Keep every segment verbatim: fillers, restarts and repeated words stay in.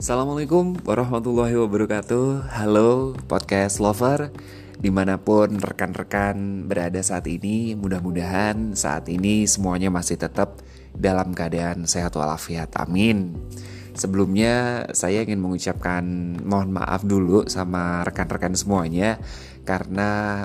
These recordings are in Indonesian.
Assalamualaikum warahmatullahi wabarakatuh. Halo podcast lover, dimanapun rekan-rekan berada saat ini. Mudah-mudahan saat ini semuanya masih tetap dalam keadaan sehat walafiat, amin. Sebelumnya saya ingin mengucapkan mohon maaf dulu sama rekan-rekan semuanya, karena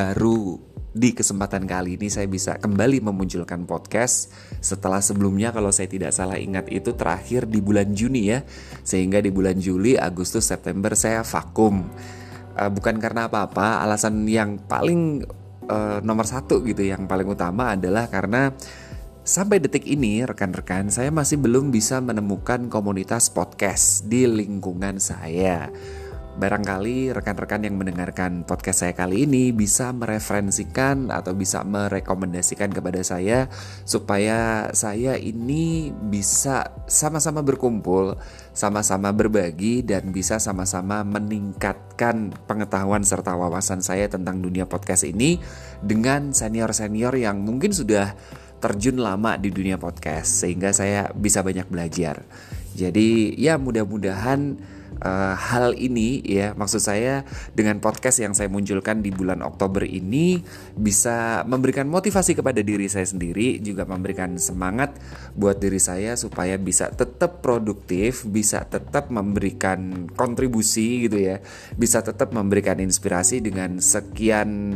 baru di kesempatan kali ini saya bisa kembali memunculkan podcast setelah sebelumnya, kalau saya tidak salah ingat itu terakhir di bulan Juni ya. Sehingga di bulan Juli, Agustus, September saya vakum. uh, Bukan karena apa-apa, alasan yang paling uh, nomor satu gitu, yang paling utama adalah karena sampai detik ini rekan-rekan, saya masih belum bisa menemukan komunitas podcast di lingkungan saya. Barangkali rekan-rekan yang mendengarkan podcast saya kali ini bisa mereferensikan atau bisa merekomendasikan kepada saya supaya saya ini bisa sama-sama berkumpul, sama-sama berbagi, dan bisa sama-sama meningkatkan pengetahuan serta wawasan saya tentang dunia podcast ini dengan senior-senior yang mungkin sudah terjun lama di dunia podcast, sehingga saya bisa banyak belajar. Jadi ya mudah-mudahan Uh, hal ini ya, maksud saya dengan podcast yang saya munculkan di bulan Oktober ini bisa memberikan motivasi kepada diri saya sendiri, juga memberikan semangat buat diri saya supaya bisa tetap produktif, bisa tetap memberikan kontribusi gitu ya, bisa tetap memberikan inspirasi dengan sekian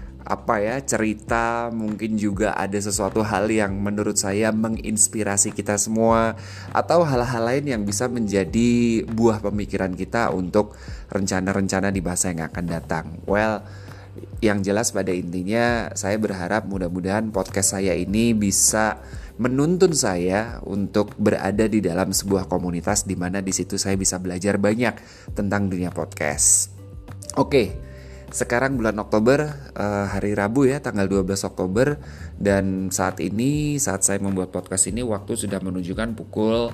apa ya cerita, mungkin juga ada sesuatu hal yang menurut saya menginspirasi kita semua, atau hal-hal lain yang bisa menjadi buah pemikiran kita untuk rencana-rencana di masa yang akan datang. Well, yang jelas pada intinya saya berharap mudah-mudahan podcast saya ini bisa menuntun saya untuk berada di dalam sebuah komunitas di mana di situ saya bisa belajar banyak tentang dunia podcast. Oke. Sekarang bulan Oktober, uh, hari Rabu ya, tanggal dua belas Oktober. Dan saat ini, saat saya membuat podcast ini, waktu sudah menunjukkan pukul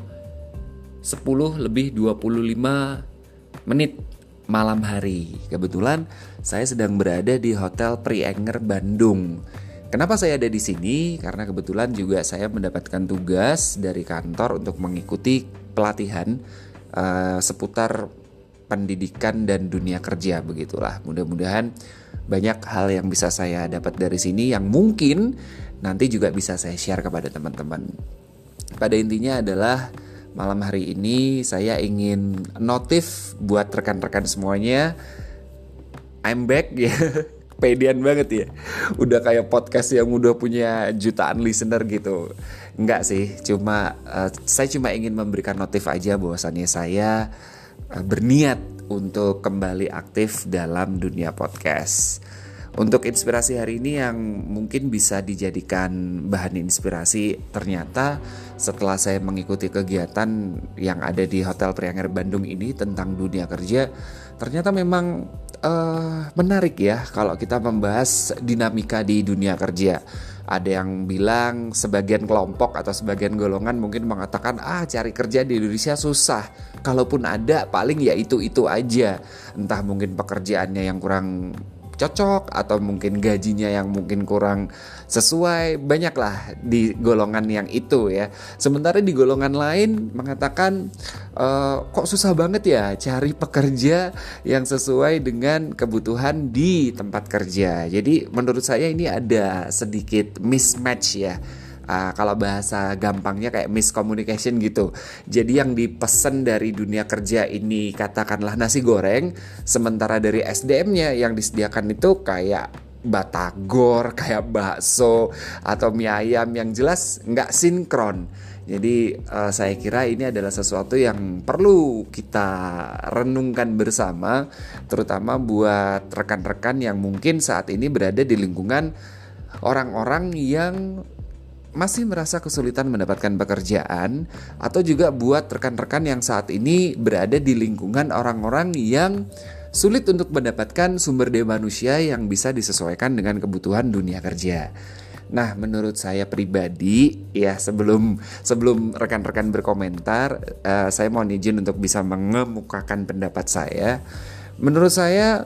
sepuluh lebih dua puluh lima menit malam hari. Kebetulan saya sedang berada di Hotel Prienger Bandung. Kenapa saya ada di sini? Karena kebetulan juga saya mendapatkan tugas dari kantor untuk mengikuti pelatihan uh, seputar pendidikan dan dunia kerja, begitulah. Mudah-mudahan banyak hal yang bisa saya dapat dari sini yang mungkin nanti juga bisa saya share kepada teman-teman. Pada intinya adalah malam hari ini saya ingin notif buat rekan-rekan semuanya, I'm back ya. Pedean banget ya, udah kayak podcast yang udah punya jutaan listener gitu. Enggak sih, cuma uh, saya cuma ingin memberikan notif aja bahwasannya saya berniat untuk kembali aktif dalam dunia podcast. Untuk inspirasi hari ini yang mungkin bisa dijadikan bahan inspirasi, ternyata setelah saya mengikuti kegiatan yang ada di Hotel Prienger Bandung ini tentang dunia kerja, ternyata memang uh, menarik ya kalau kita membahas dinamika di dunia kerja. Ada yang bilang sebagian kelompok atau sebagian golongan mungkin mengatakan ah cari kerja di Indonesia susah. Kalaupun ada paling ya itu-itu aja. Entah mungkin pekerjaannya yang kurang cocok atau mungkin gajinya yang mungkin kurang sesuai, banyaklah di golongan yang itu ya. Sementara di golongan lain mengatakan e, kok susah banget ya cari pekerja yang sesuai dengan kebutuhan di tempat kerja. Jadi menurut saya ini ada sedikit mismatch ya. Uh, kalau bahasa gampangnya kayak miscommunication gitu. Jadi yang dipesan dari dunia kerja ini katakanlah nasi goreng, sementara dari S D M-nya yang disediakan itu kayak batagor, kayak bakso atau mie ayam, yang jelas nggak sinkron. Jadi uh, saya kira ini adalah sesuatu yang perlu kita renungkan bersama, terutama buat rekan-rekan yang mungkin saat ini berada di lingkungan orang-orang yang masih merasa kesulitan mendapatkan pekerjaan, atau juga buat rekan-rekan yang saat ini berada di lingkungan orang-orang yang sulit untuk mendapatkan sumber daya manusia yang bisa disesuaikan dengan kebutuhan dunia kerja. Nah, menurut saya pribadi ya, sebelum sebelum rekan-rekan berkomentar, uh, saya mohon izin untuk bisa mengemukakan pendapat saya. Menurut saya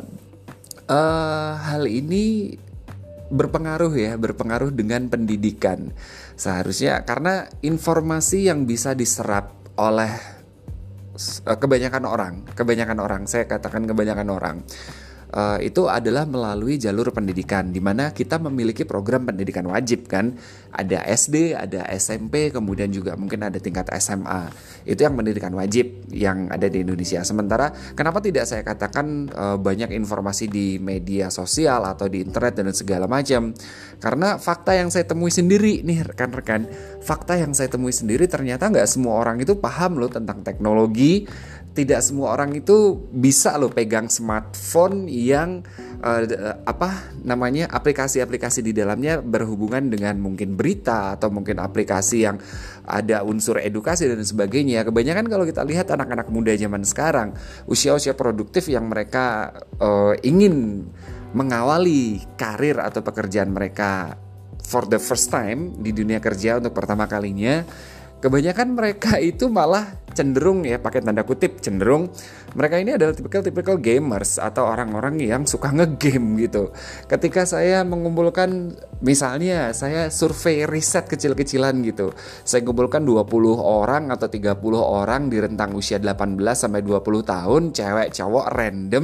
uh, hal ini berpengaruh ya, berpengaruh dengan pendidikan. Seharusnya karena informasi yang bisa diserap oleh uh, kebanyakan orang, kebanyakan orang, saya katakan kebanyakan orang Uh, itu adalah melalui jalur pendidikan, di mana kita memiliki program pendidikan wajib kan, ada S D, ada S M P, kemudian juga mungkin ada tingkat S M A. Itu yang pendidikan wajib yang ada di Indonesia. Sementara kenapa tidak saya katakan uh, banyak informasi di media sosial atau di internet dan segala macam? Karena fakta yang saya temui sendiri nih rekan-rekan, fakta yang saya temui sendiri ternyata nggak semua orang itu paham loh tentang teknologi. Tidak semua orang itu bisa loh pegang smartphone yang uh, apa namanya aplikasi-aplikasi di dalamnya berhubungan dengan mungkin berita atau mungkin aplikasi yang ada unsur edukasi dan sebagainya. Kebanyakan kalau kita lihat anak-anak muda zaman sekarang, usia-usia produktif yang mereka uh, ingin mengawali karir atau pekerjaan mereka for the first time di dunia kerja untuk pertama kalinya, kebanyakan mereka itu malah cenderung ya pakai tanda kutip cenderung mereka ini adalah tipikal-tipikal gamers atau orang-orang yang suka ngegame gitu. Ketika saya mengumpulkan misalnya saya survei riset kecil-kecilan gitu, saya kumpulkan dua puluh orang atau tiga puluh orang di rentang usia delapan belas sampai dua puluh tahun, cewek cowok random.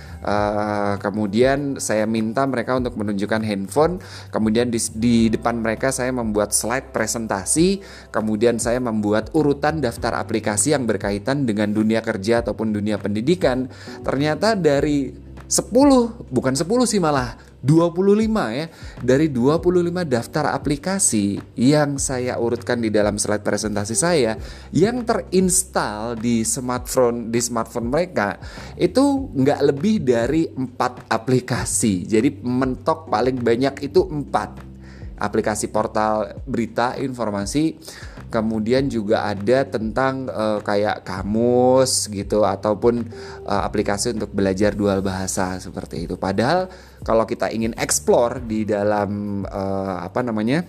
Uh, kemudian saya minta mereka untuk menunjukkan handphone. Kemudian di, di depan mereka saya membuat slide presentasi. Kemudian saya membuat urutan daftar aplikasi yang berkaitan dengan dunia kerja ataupun dunia pendidikan. Ternyata dari sepuluh, bukan sepuluh sih malah dua puluh lima ya. Dari dua puluh lima daftar aplikasi yang saya urutkan di dalam slide presentasi saya, yang terinstal di smartphone di smartphone mereka itu nggak lebih dari empat aplikasi. Jadi mentok paling banyak itu empat aplikasi portal berita informasi. Kemudian juga ada tentang uh, kayak kamus gitu ataupun uh, aplikasi untuk belajar dual bahasa seperti itu. Padahal kalau kita ingin explore di dalam uh, apa namanya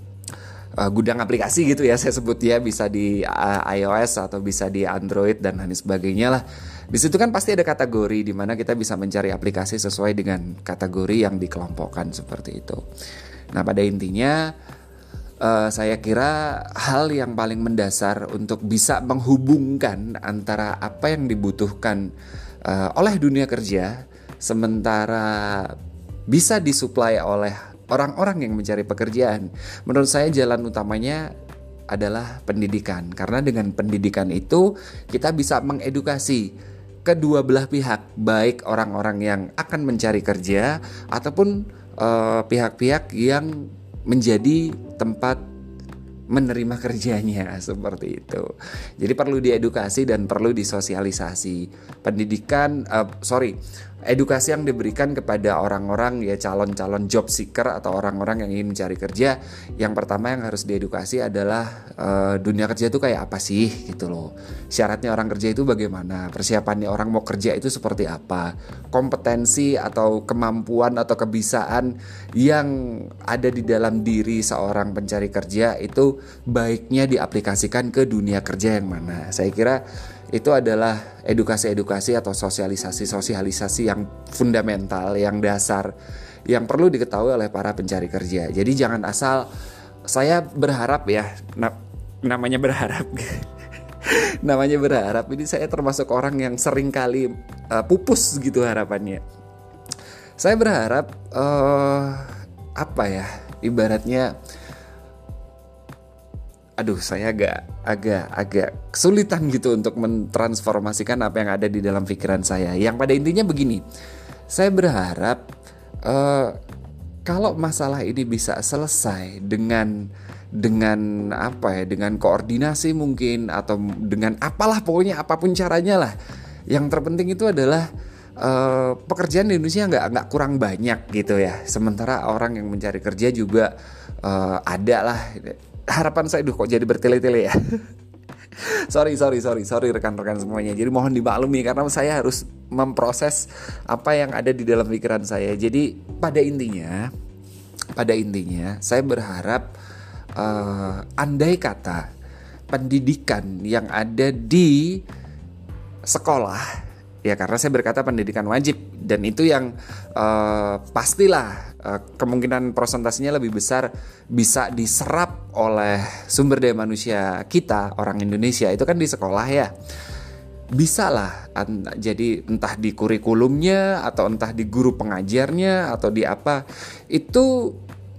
uh, gudang aplikasi gitu ya saya sebut ya, bisa di uh, iOS atau bisa di Android dan lain sebagainya lah. Di situ kan pasti ada kategori di mana kita bisa mencari aplikasi sesuai dengan kategori yang dikelompokkan seperti itu. Nah, pada intinya Uh, saya kira hal yang paling mendasar untuk bisa menghubungkan antara apa yang dibutuhkan uh, oleh dunia kerja sementara bisa disuplai oleh orang-orang yang mencari pekerjaan, menurut saya jalan utamanya adalah pendidikan. Karena dengan pendidikan itu kita bisa mengedukasi kedua belah pihak, baik orang-orang yang akan mencari kerja ataupun uh, pihak-pihak yang menjadi tempat menerima kerjanya seperti itu. Jadi perlu diedukasi dan perlu disosialisasi. Pendidikan, uh, sorry, edukasi yang diberikan kepada orang-orang ya calon-calon job seeker atau orang-orang yang ingin mencari kerja. Yang pertama yang harus diedukasi adalah uh, dunia kerja itu kayak apa sih gitu loh. Syaratnya orang kerja itu bagaimana? Persiapannya orang mau kerja itu seperti apa? Kompetensi atau kemampuan atau kebisaan yang ada di dalam diri seorang pencari kerja itu baiknya diaplikasikan ke dunia kerja yang mana. Saya kira itu adalah edukasi-edukasi atau sosialisasi-sosialisasi yang fundamental, yang dasar, yang perlu diketahui oleh para pencari kerja. Jadi jangan asal saya berharap ya, na- namanya berharap, namanya berharap. Ini saya termasuk orang yang sering kali uh, pupus gitu harapannya. Saya berharap uh, apa ya, ibaratnya. Aduh, saya agak agak agak kesulitan gitu untuk mentransformasikan apa yang ada di dalam pikiran saya. Yang pada intinya begini, saya berharap uh, kalau masalah ini bisa selesai dengan dengan apa ya, dengan koordinasi mungkin atau dengan apalah pokoknya apapun caranya lah. Yang terpenting itu adalah uh, pekerjaan di Indonesia nggak nggak kurang banyak gitu ya. Sementara orang yang mencari kerja juga uh, ada lah. Harapan saya, duh kok jadi bertele-tele ya. sorry, sorry, sorry, sorry rekan-rekan semuanya. Jadi mohon dimaklumi karena saya harus memproses apa yang ada di dalam pikiran saya. Jadi pada intinya, pada intinya saya berharap uh, andai kata pendidikan yang ada di sekolah, ya karena saya berkata pendidikan wajib dan itu yang uh, pastilah uh, kemungkinan presentasinya lebih besar bisa diserap oleh sumber daya manusia kita orang Indonesia itu kan di sekolah ya. bisa lah, jadi entah di kurikulumnya atau entah di guru pengajarnya atau di apa, itu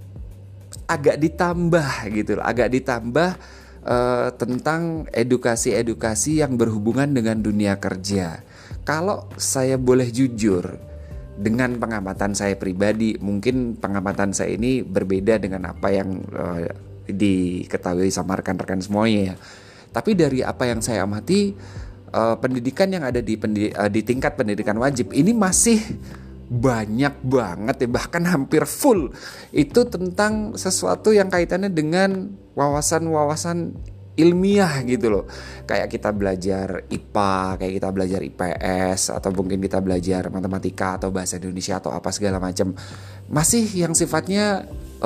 agak ditambah gitu loh, agak ditambah uh, tentang edukasi-edukasi yang berhubungan dengan dunia kerja. Kalau saya boleh jujur, dengan pengamatan saya pribadi, mungkin pengamatan saya ini berbeda dengan apa yang uh, diketahui sama rekan-rekan semuanya ya. Tapi dari apa yang saya amati, uh, pendidikan yang ada di, pendid- uh, di tingkat pendidikan wajib ini masih banyak banget ya, bahkan hampir full itu tentang sesuatu yang kaitannya dengan wawasan-wawasan ilmiah gitu loh. Kayak kita belajar I P A, kayak kita belajar I P S, atau mungkin kita belajar matematika atau bahasa Indonesia atau apa segala macam. Masih yang sifatnya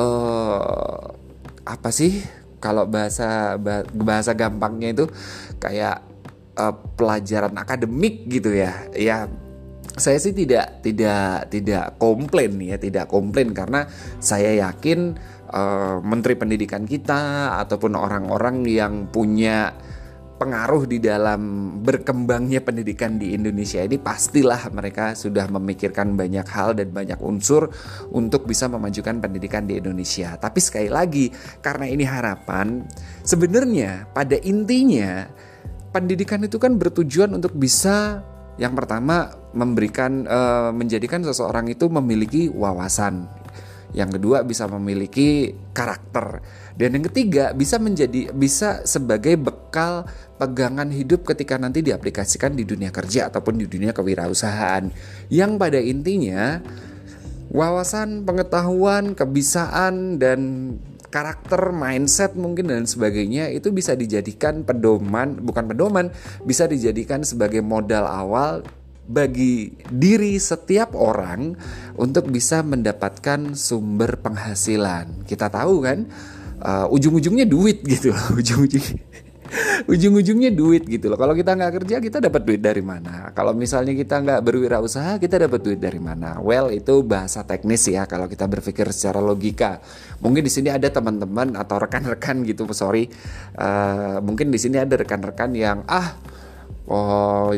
uh, apa sih? Kalau bahasa bahasa gampangnya itu kayak uh, pelajaran akademik gitu ya. Ya, saya sih tidak tidak tidak komplain ya, tidak komplain karena saya yakin uh, Menteri Pendidikan kita ataupun orang-orang yang punya pengaruh di dalam berkembangnya pendidikan di Indonesia ini pastilah mereka sudah memikirkan banyak hal dan banyak unsur untuk bisa memajukan pendidikan di Indonesia. Tapi sekali lagi, karena ini harapan, sebenarnya pada intinya pendidikan itu kan bertujuan untuk bisa yang pertama memberikan uh, menjadikan seseorang itu memiliki wawasan. Yang kedua bisa memiliki karakter, dan yang ketiga bisa menjadi bisa sebagai bekal pegangan hidup ketika nanti diaplikasikan di dunia kerja ataupun di dunia kewirausahaan. Yang pada intinya wawasan, pengetahuan, kebisaan dan karakter, mindset mungkin dan sebagainya itu bisa dijadikan pedoman, bukan pedoman, bisa dijadikan sebagai modal awal bagi diri setiap orang untuk bisa mendapatkan sumber penghasilan. Kita tahu kan, uh, ujung-ujungnya duit gitu loh, ujung-ujungnya ujung-ujungnya duit gitu loh. Kalau kita nggak kerja, kita dapat duit dari mana? Kalau misalnya kita nggak berwirausaha, kita dapat duit dari mana? Well, itu bahasa teknis ya kalau kita berpikir secara logika. Mungkin di sini ada teman-teman atau rekan-rekan gitu, sorry, uh, mungkin di sini ada rekan-rekan yang ah, oh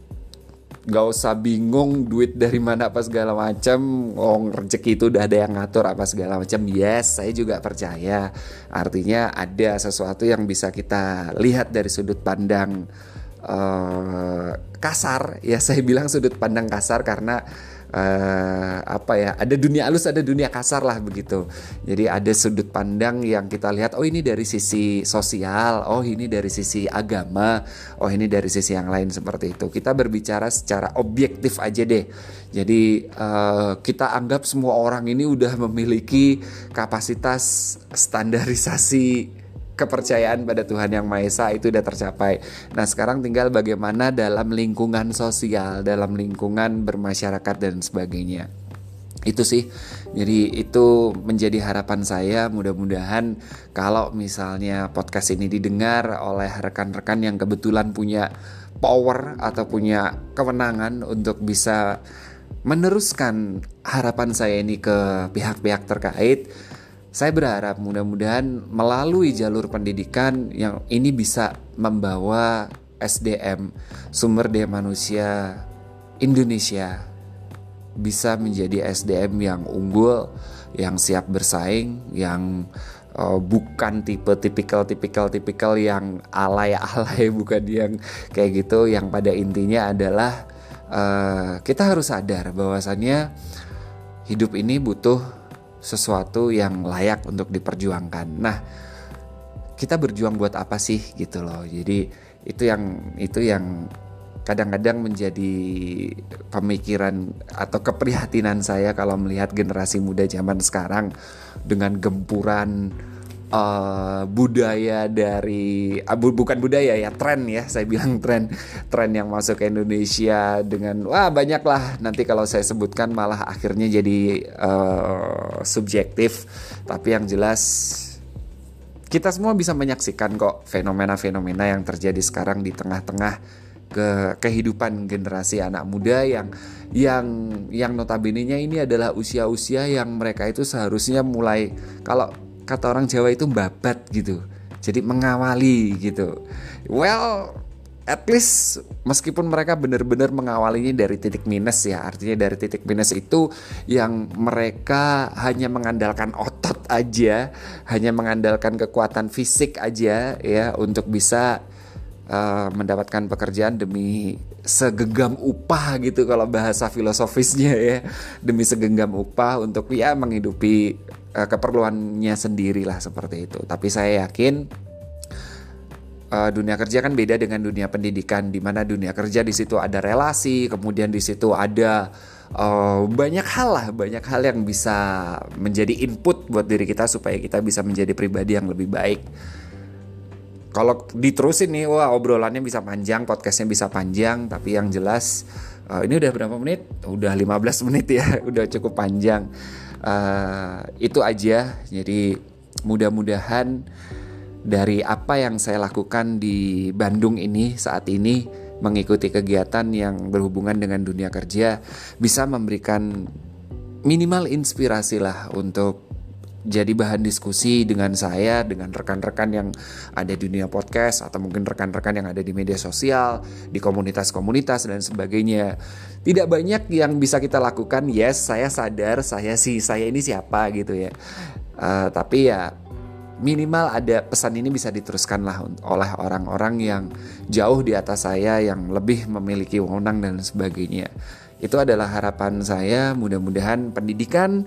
gak usah bingung duit dari mana apa segala macam, oh rezeki itu udah ada yang ngatur apa segala macam. Yes, saya juga percaya. Artinya ada sesuatu yang bisa kita lihat dari sudut pandang uh, kasar. Ya saya bilang sudut pandang kasar karena Uh, apa ya, ada dunia halus, ada dunia kasar lah begitu. Jadi ada sudut pandang yang kita lihat, oh ini dari sisi sosial, oh ini dari sisi agama, oh ini dari sisi yang lain seperti itu. Kita berbicara secara objektif aja deh. Jadi uh, kita anggap semua orang ini udah memiliki kapasitas standarisasi kepercayaan pada Tuhan Yang Maha Esa itu udah tercapai. Nah sekarang tinggal bagaimana dalam lingkungan sosial, dalam lingkungan bermasyarakat dan sebagainya. Itu sih, jadi itu menjadi harapan saya. Mudah-mudahan kalau misalnya podcast ini didengar oleh rekan-rekan yang kebetulan punya power atau punya kewenangan untuk bisa meneruskan harapan saya ini ke pihak-pihak terkait, saya berharap mudah-mudahan melalui jalur pendidikan yang ini bisa membawa S D M, sumber daya manusia Indonesia, bisa menjadi S D M yang unggul, yang siap bersaing, yang uh, bukan tipe tipikal-tipikal-tipikal yang alay-alay, bukan yang kayak gitu. Yang pada intinya adalah uh, kita harus sadar bahwasannya hidup ini butuh sesuatu yang layak untuk diperjuangkan. Nah, kita berjuang buat apa sih gitu loh. Jadi itu yang itu yang kadang-kadang menjadi pemikiran atau keprihatinan saya kalau melihat generasi muda zaman sekarang dengan gempuran Uh, budaya dari uh, bu, bukan budaya ya, tren ya, saya bilang tren tren yang masuk ke Indonesia dengan wah banyak lah, nanti kalau saya sebutkan malah akhirnya jadi uh, subjektif. Tapi yang jelas kita semua bisa menyaksikan kok fenomena-fenomena yang terjadi sekarang di tengah-tengah ke kehidupan generasi anak muda yang yang yang notabene-nya ini adalah usia-usia yang mereka itu seharusnya mulai, kalau kata orang Jawa itu babat gitu, jadi mengawali gitu. Well, at least meskipun mereka benar-benar mengawalinya dari titik minus ya, artinya dari titik minus itu yang mereka hanya mengandalkan otot aja, hanya mengandalkan kekuatan fisik aja ya untuk bisa uh, mendapatkan pekerjaan demi segenggam upah gitu kalau bahasa filosofisnya ya, demi segenggam upah untuk ya menghidupi uh, keperluannya sendiri lah seperti itu. Tapi saya yakin Uh, dunia kerja kan beda dengan dunia pendidikan, di mana dunia kerja di situ ada relasi, kemudian di situ ada uh, banyak hal lah, banyak hal yang bisa menjadi input buat diri kita supaya kita bisa menjadi pribadi yang lebih baik. Kalau diterusin nih, wah obrolannya bisa panjang, podcastnya bisa panjang, tapi yang jelas uh, ini udah berapa menit? Udah lima belas menit ya, udah cukup panjang. Uh, itu aja, jadi mudah-mudahan dari apa yang saya lakukan di Bandung ini saat ini, mengikuti kegiatan yang berhubungan dengan dunia kerja, bisa memberikan minimal inspirasi lah untuk jadi bahan diskusi dengan saya, dengan rekan-rekan yang ada di dunia podcast, atau mungkin rekan-rekan yang ada di media sosial, di komunitas-komunitas dan sebagainya. Tidak banyak yang bisa kita lakukan, yes saya sadar, saya sih, saya ini siapa gitu ya, uh, tapi ya minimal ada pesan ini bisa diteruskan lah oleh orang-orang yang jauh di atas saya, yang lebih memiliki wewenang dan sebagainya. Itu adalah harapan saya, mudah-mudahan pendidikan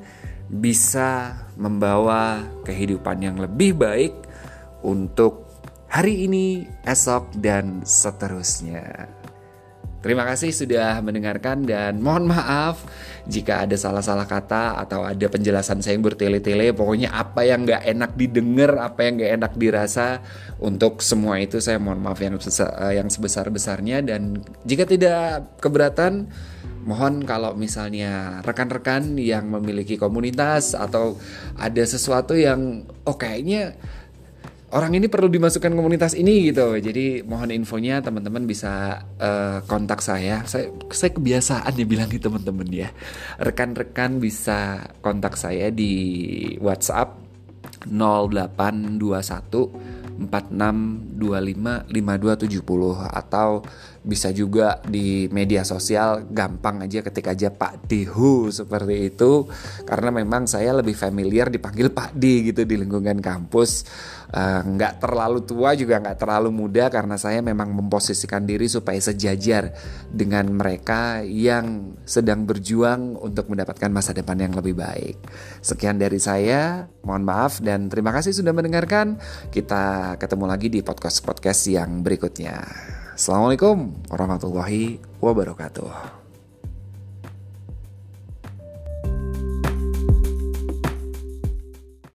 bisa membawa kehidupan yang lebih baik untuk hari ini, esok, dan seterusnya. Terima kasih sudah mendengarkan dan mohon maaf jika ada salah-salah kata atau ada penjelasan saya yang bertele-tele. Pokoknya apa yang gak enak didengar, apa yang gak enak dirasa, untuk semua itu saya mohon maaf yang, yang sebesar-besarnya. Dan jika tidak keberatan, mohon kalau misalnya rekan-rekan yang memiliki komunitas atau ada sesuatu yang oh kayaknya orang ini perlu dimasukkan komunitas ini gitu, jadi mohon infonya teman-teman bisa uh, kontak saya. Saya saya kebiasaan ya bilang ke teman-teman ya. Rekan-rekan bisa kontak saya di WhatsApp nol delapan dua satu empat enam dua lima lima dua tujuh nol, atau bisa juga di media sosial, gampang aja ketik aja Pak Dehu seperti itu, karena memang saya lebih familiar dipanggil Pak D gitu di lingkungan kampus. Uh, nggak terlalu tua juga nggak terlalu muda, karena saya memang memposisikan diri supaya sejajar dengan mereka yang sedang berjuang untuk mendapatkan masa depan yang lebih baik. Sekian dari saya, mohon maaf dan terima kasih sudah mendengarkan. Kita ketemu lagi di podcast-podcast yang berikutnya. Assalamualaikum warahmatullahi wabarakatuh.